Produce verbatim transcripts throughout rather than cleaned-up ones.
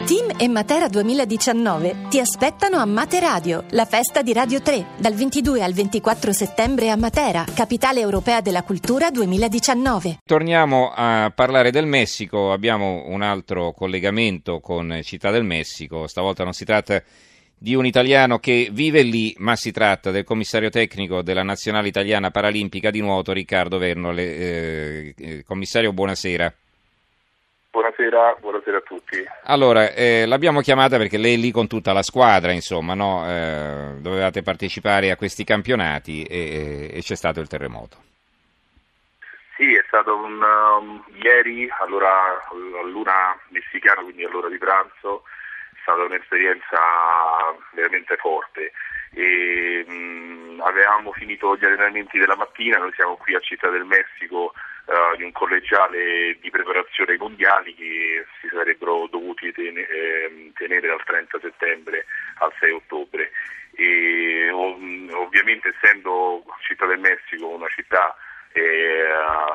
Team e Matera duemiladiciannove ti aspettano a Materadio, la festa di Radio tre, dal ventidue al ventiquattro settembre a Matera, capitale europea della cultura duemiladiciannove. Torniamo a parlare del Messico, abbiamo un altro collegamento con Città del Messico, stavolta non si tratta di un italiano che vive lì, ma si tratta del commissario tecnico della Nazionale Italiana Paralimpica di nuoto, Riccardo Vernole. Eh, eh, commissario, buonasera. Buonasera, buonasera a tutti. Allora, eh, l'abbiamo chiamata perché lei è lì con tutta la squadra, insomma, no? Eh, dovevate partecipare a questi campionati e, e c'è stato il terremoto. Sì, è stato un um, ieri, allora all'una messicana, quindi all'ora di pranzo, è stata un'esperienza veramente forte. E, mh, avevamo finito gli allenamenti della mattina, noi siamo qui a Città del Messico uh, di un collegiale di preparazione ai mondiali che si sarebbero dovuti ten- eh, tenere dal trenta settembre al sei ottobre. E ov- ovviamente essendo Città del Messico una città eh,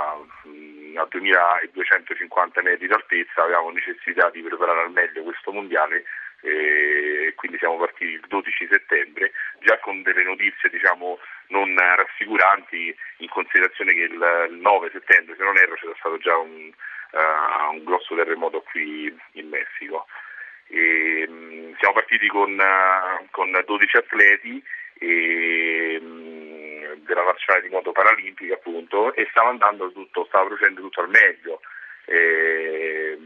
a duemiladuecentocinquanta metri d'altezza, avevamo necessità di preparare al meglio questo mondiale. E quindi siamo partiti il dodici settembre, già con delle notizie diciamo non rassicuranti, in considerazione che il, il nove settembre, se non erro, c'era stato già un, uh, un grosso terremoto qui in Messico. E, um, siamo partiti con, uh, con dodici atleti e, um, della nazionale di nuoto paralimpica, appunto, e stava andando tutto, stava procedendo tutto al meglio. E,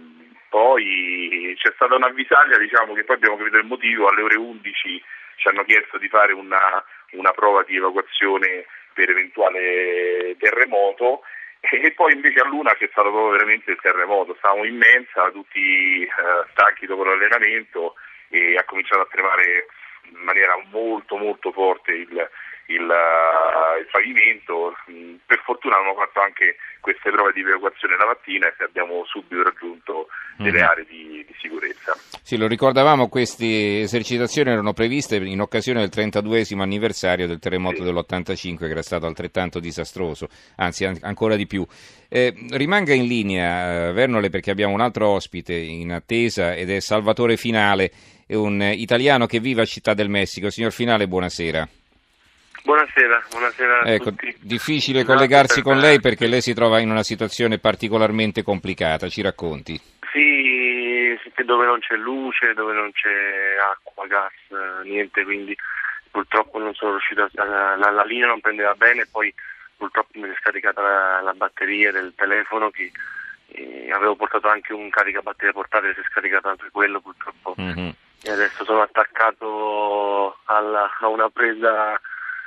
Poi c'è stata un'avvisaglia, diciamo che poi abbiamo capito il motivo, alle ore undici ci hanno chiesto di fare una, una prova di evacuazione per eventuale terremoto e poi invece all'una c'è stato proprio veramente il terremoto, stavamo in mensa, tutti eh, stanchi dopo l'allenamento e ha cominciato a tremare in maniera molto molto forte il, il, uh, il pavimento. Per fortuna abbiamo fatto anche queste prove di evacuazione la mattina e abbiamo subito raggiunto delle aree di, di sicurezza. Sì, lo ricordavamo, queste esercitazioni erano previste in occasione del trentaduesimo anniversario del terremoto sì. dell'ottantacinque, che era stato altrettanto disastroso, anzi an- ancora di più. Eh, rimanga in linea, eh, Vernole, perché abbiamo un altro ospite in attesa ed è Salvatore Finale, è un eh, italiano che vive a Città del Messico. Signor Finale, buonasera. Buonasera, buonasera a ecco, tutti. Difficile collegarsi con lei perché lei si trova in una situazione particolarmente complicata, ci racconti? Sì, dove non c'è luce, dove non c'è acqua, gas, niente, quindi purtroppo non sono riuscito a... La, la, la linea non prendeva bene, poi purtroppo mi si è scaricata la, la batteria del telefono, che eh, avevo portato anche un caricabatteria portatile, si è scaricato anche quello purtroppo, mm-hmm. E adesso sono attaccato alla, a una presa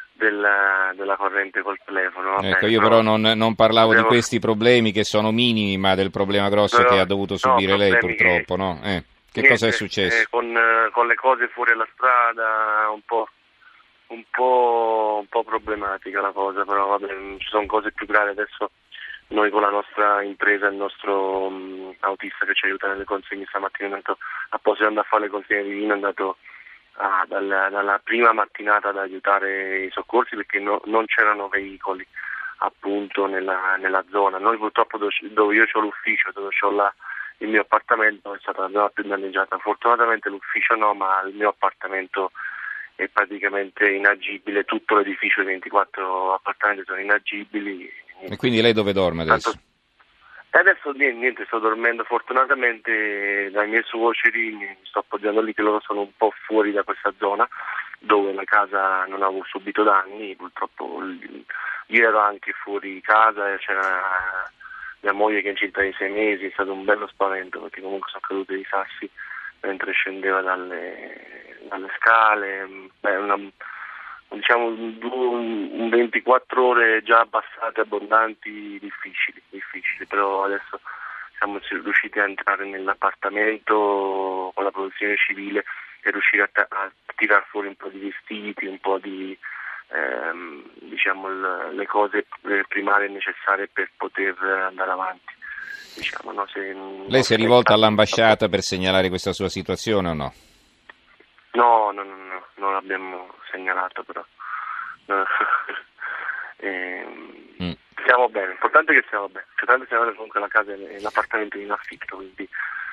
Della, della corrente col telefono. Vabbè, ecco, io però non, non parlavo devo... di questi problemi che sono minimi, ma del problema grosso però, che ha dovuto subire no, lei purtroppo, che... no? Eh, che Niente, cosa è successo? Eh, con, con le cose fuori alla strada un po', un po', un po' problematica la cosa, però vabbè, ci sono cose più gravi. Adesso noi con la nostra impresa, il nostro um, autista che ci aiuta nelle consegne stamattina è andato apposta a fare le consegne di vino, è andato Ah, dalla, dalla prima mattinata ad aiutare i soccorsi perché no, non c'erano veicoli appunto nella, nella zona. Noi purtroppo dove, dove io ho l'ufficio, dove ho la, il mio appartamento, è stata la zona più danneggiata. Fortunatamente l'ufficio no, ma il mio appartamento è praticamente inagibile, tutto l'edificio, i ventiquattro appartamenti sono inagibili. E quindi lei dove dorme adesso? Tanto, E adesso niente, sto dormendo fortunatamente dai miei suoceri, mi sto appoggiando lì che loro sono un po' fuori da questa zona dove la casa non avevo subito danni, purtroppo io ero anche fuori casa, c'era mia moglie che è incinta di sei mesi, è stato un bello spavento perché comunque sono caduti dei sassi mentre scendeva dalle, dalle scale, beh, una, diciamo un, un ventiquattro ore già abbassate, abbondanti, difficili, difficili, però adesso siamo riusciti a entrare nell'appartamento con la protezione civile e riuscire a, t- a tirar fuori un po' di vestiti, un po' di ehm, diciamo l- le cose primarie necessarie per poter andare avanti. Diciamo, no, se, Lei si è rivolta all'ambasciata per segnalare questa sua situazione o no? No, no, no, no, non l'abbiamo segnalato però. e, mm. Stiamo bene, l'importante è che stiamo bene, l'importante è che stiamo bene, comunque la casa e l'appartamento è in affitto, quindi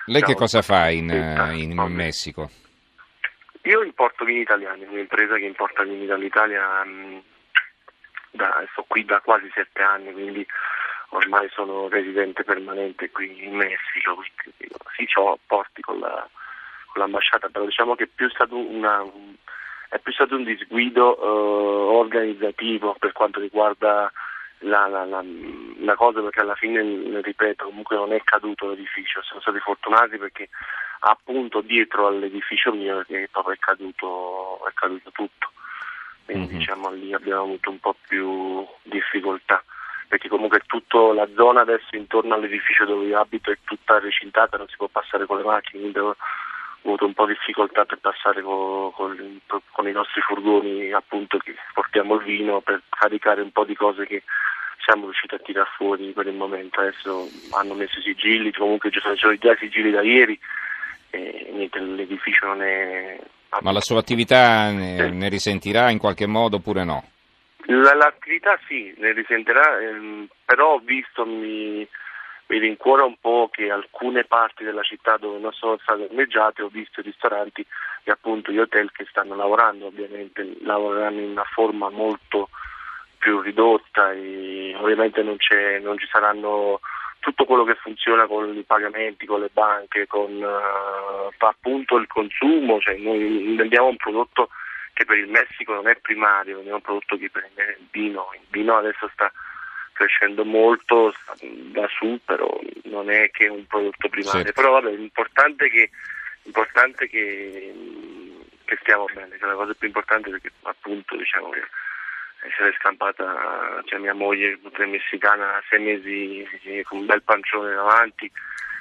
Lei che diciamo, cosa fa in, in, in Messico? Io importo vini italiani, un'impresa che importa vini dall'Italia, mh, da, sto qui da quasi sette anni, quindi ormai sono residente permanente qui in Messico, quindi sì, ho rapporti con, la, con l'ambasciata, però diciamo che è più stato, una, è più stato un disguido eh, organizzativo per quanto riguarda la, la, la, la cosa, perché alla fine, ripeto, comunque non è caduto l'edificio, siamo stati fortunati perché appunto dietro all'edificio mio che proprio è caduto, è caduto tutto, quindi mm-hmm. diciamo lì abbiamo avuto un po' più difficoltà, perché comunque tutta la zona adesso intorno all'edificio dove io abito è tutta recintata, non si può passare con le macchine, quindi ho avuto un po' di difficoltà per passare con, con, con i nostri furgoni, appunto, che portiamo il vino, per caricare un po' di cose che siamo riusciti a tirar fuori per il momento. Adesso hanno messo i sigilli, comunque ci sono già i sigilli da ieri e niente, l'edificio non è... Ma la sua attività ne, ne risentirà in qualche modo oppure no? L'attività sì, ne risentirà, ehm, però ho visto, mi, mi rincuora un po' che alcune parti della città dove non sono state ormeggiate, ho visto i ristoranti e appunto gli hotel che stanno lavorando, ovviamente lavoreranno in una forma molto più ridotta e ovviamente non, c'è, non ci saranno tutto quello che funziona con i pagamenti, con le banche, con uh, appunto il consumo, cioè noi vendiamo un prodotto che per il Messico non è primario, vendiamo un prodotto che prende il vino, il vino adesso sta crescendo molto da su, però non è che un prodotto primario, sì. Però vabbè, l'importante è che, importante che, che stiamo bene, che è la cosa più importante, perché appunto diciamo che essere scampata, cioè mia moglie è messicana, sei mesi con un bel pancione davanti,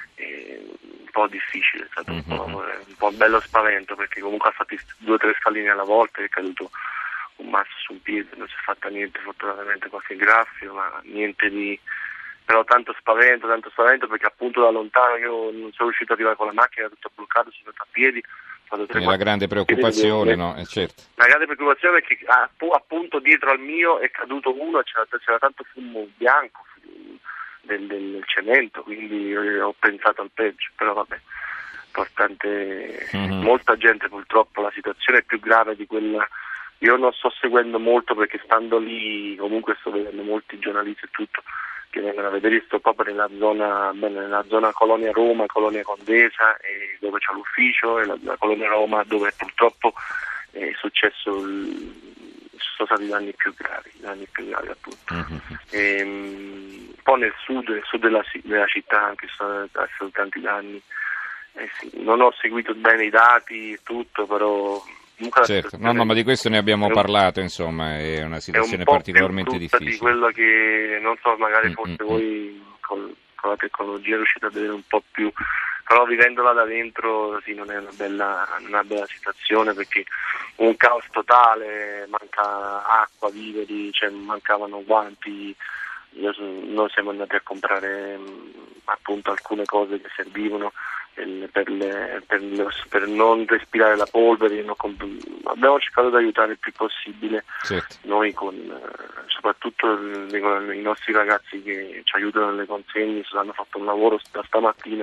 un po' difficile, è stato mm-hmm. un, po', un po' bello spavento, perché comunque ha fatto due o tre scalini alla volta, è caduto un masso sul piede, non si è fatta niente, fortunatamente qualche graffio, ma niente di... però tanto spavento, tanto spavento perché appunto da lontano io non sono riuscito ad arrivare con la macchina, era tutto bloccato, sono andato a piedi. Quindi la grande preoccupazione, no? Eh, certo. La grande preoccupazione è che appunto dietro al mio è caduto uno e c'era, c'era tanto fumo bianco del, del cemento, quindi ho pensato al peggio, però vabbè, importante, mm-hmm. molta gente purtroppo, la situazione è più grave di quella. Io non sto seguendo molto perché stando lì comunque sto vedendo molti giornalisti e tutto che vengono a vedere, io sto proprio nella zona, bene, nella zona Colonia Roma, Colonia Condesa, e dove c'è l'ufficio, e la, la Colonia Roma dove purtroppo è successo il, sono stati i danni più gravi, danni più gravi appunto. Mm-hmm. E, um, poi nel sud, nel sud della, della città anche sono stati tanti danni. Eh sì, non ho seguito bene i dati e tutto, però certo, no, no, ma di questo ne abbiamo un, parlato, insomma, è una situazione è un particolarmente difficile. Di quello che non so, magari forse mm-hmm. voi con, con la tecnologia riuscite a vedere un po' più, però vivendola da dentro sì, non è una bella, una bella situazione, perché un caos totale, manca acqua, viveri, cioè mancavano guanti. Io, noi siamo andati a comprare mh, appunto alcune cose che servivano per, le, per, le, per non respirare la polvere, non comp- abbiamo cercato di aiutare il più possibile, certo. Noi con soprattutto le, i nostri ragazzi che ci aiutano nelle consegne, hanno fatto un lavoro da stamattina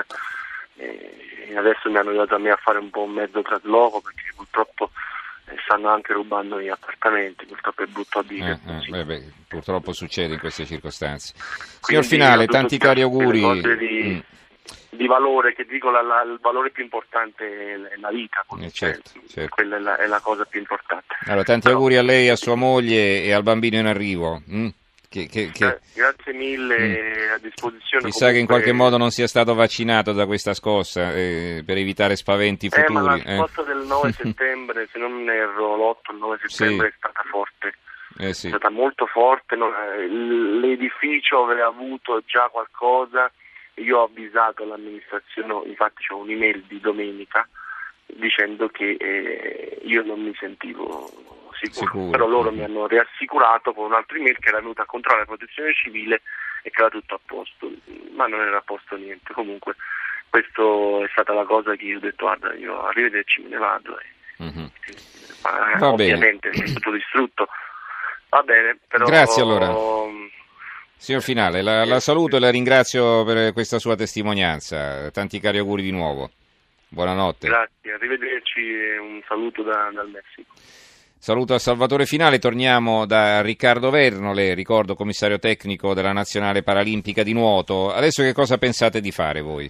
e, e adesso mi hanno aiutato a me a fare un po' un mezzo trasloco, perché purtroppo eh, stanno anche rubando gli appartamenti, purtroppo è brutto a dire. Eh, eh, beh, beh, purtroppo succede in queste circostanze. Signor Finale, tanti cari auguri. Di, mm. di valore, che dico la, la, il valore più importante è la vita, eh, certo, cioè, certo. Quella è la, è la cosa più importante. Allora, tanti Però, auguri a lei, a sua moglie e al bambino in arrivo. Mm? Che, che, che... Eh, grazie mille, mm. a disposizione. Chissà comunque... che in qualche modo non sia stato vaccinato da questa scossa eh, per evitare spaventi futuri. Eh, ma la scossa eh. del nove settembre, se non mi erro, l'otto il nove settembre sì. è stata forte. Eh sì. È stata molto forte, no? L'edificio aveva avuto già qualcosa. Io ho avvisato l'amministrazione, infatti c'ho un'email di domenica dicendo che eh, io non mi sentivo sicuro, sicuro. Però loro mm-hmm. mi hanno riassicurato con un'altra email che era venuta a controllare la protezione civile e che era tutto a posto, ma non era a posto niente. Comunque questa è stata la cosa che io ho detto, guarda, io arrivederci, me ne vado e, mm-hmm. e, ma, ovviamente è tutto distrutto, va bene, però grazie allora. Signor Finale, la, la saluto e la ringrazio per questa sua testimonianza. Tanti cari auguri di nuovo. Buonanotte. Grazie, arrivederci e un saluto da, dal Messico. Saluto a Salvatore Finale, torniamo da Riccardo Vernole, ricordo commissario tecnico della Nazionale Paralimpica di nuoto. Adesso che cosa pensate di fare voi?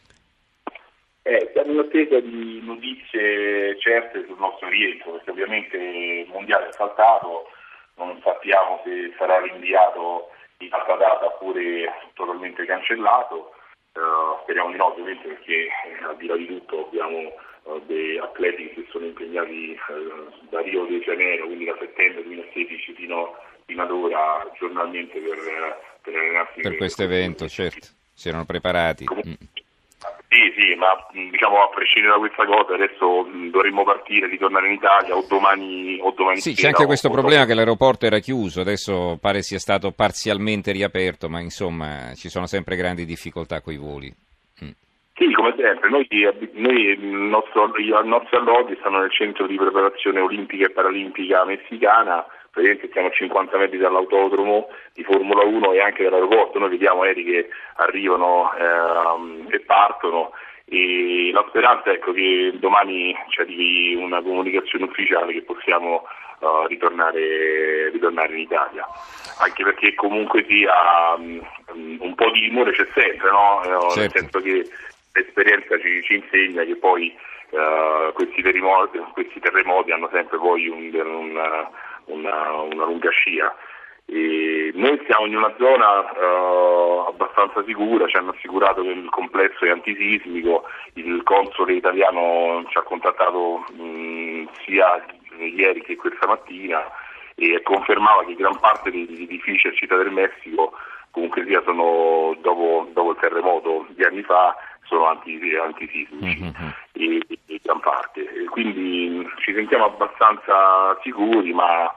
Eh, siamo in attesa di notizie certe sul nostro rientro, perché ovviamente il mondiale è saltato, non sappiamo se sarà rinviato in altra data oppure totalmente cancellato. Uh, speriamo di no, ovviamente, perché eh, al di là di tutto abbiamo uh, dei atleti che sono impegnati uh, da Rio de Janeiro, quindi da settembre duemilasedici fino, fino ad ora giornalmente per, per allenarsi per questo evento, certo, si erano preparati. Comunque, mm. Sì, sì, ma diciamo a prescindere da questa cosa adesso mh, dovremmo partire, ritornare in Italia o domani o domani Sì, sera, c'è anche questo o, problema o... che l'aeroporto era chiuso, adesso pare sia stato parzialmente riaperto, ma insomma ci sono sempre grandi difficoltà coi voli. Mm. Sì, come sempre, noi, noi il nostro, i nostri alloggi stanno nel centro di preparazione olimpica e paralimpica messicana, praticamente stiamo a cinquanta metri dall'autodromo di Formula uno e anche dall'aeroporto. Noi vediamo aerei che arrivano ehm, e partono, e la speranza è ecco, che domani ci arrivi una comunicazione ufficiale che possiamo uh, ritornare, ritornare in Italia, anche perché comunque sia um, un po' di timore c'è sempre, no? Certo. Nel senso che l'esperienza ci, ci insegna che poi uh, questi terremoti, questi terremoti hanno sempre poi un, un Una, una lunga scia. E noi siamo in una zona uh, abbastanza sicura, ci hanno assicurato che il complesso è antisismico, il console italiano ci ha contattato mh, sia ieri che questa mattina e confermava che gran parte degli edifici a Città del Messico comunque sia sono dopo, dopo il terremoto di anni fa sono anti, antisismici mm-hmm. e, e gran parte, e quindi ci sentiamo abbastanza sicuri, ma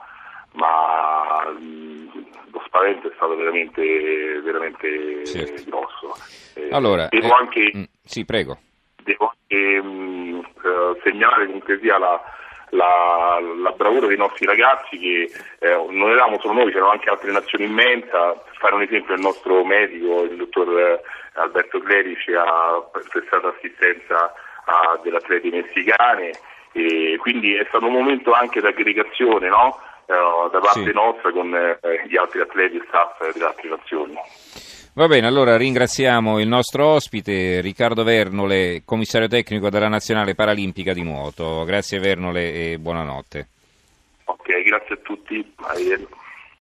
ma mh, lo spavento è stato veramente veramente certo. grosso. Eh, allora, devo eh, anche mh, sì, prego. Devo anche mh, eh, segnalare comunque sia la, la, la bravura dei nostri ragazzi, che eh, non eravamo solo noi, c'erano anche altre nazioni in mensa. Per fare un esempio, il nostro medico, il dottor Alberto Clerici, ha prestato assistenza a delle atleti messicane, e quindi è stato un momento anche di aggregazione, no? Uh, da parte sì. nostra con eh, gli altri atleti e staff delle altre nazioni. Va bene, allora ringraziamo il nostro ospite Riccardo Vernole, commissario tecnico della Nazionale Paralimpica di nuoto. Grazie Vernole e buonanotte. Ok, grazie a tutti. Arrivederci.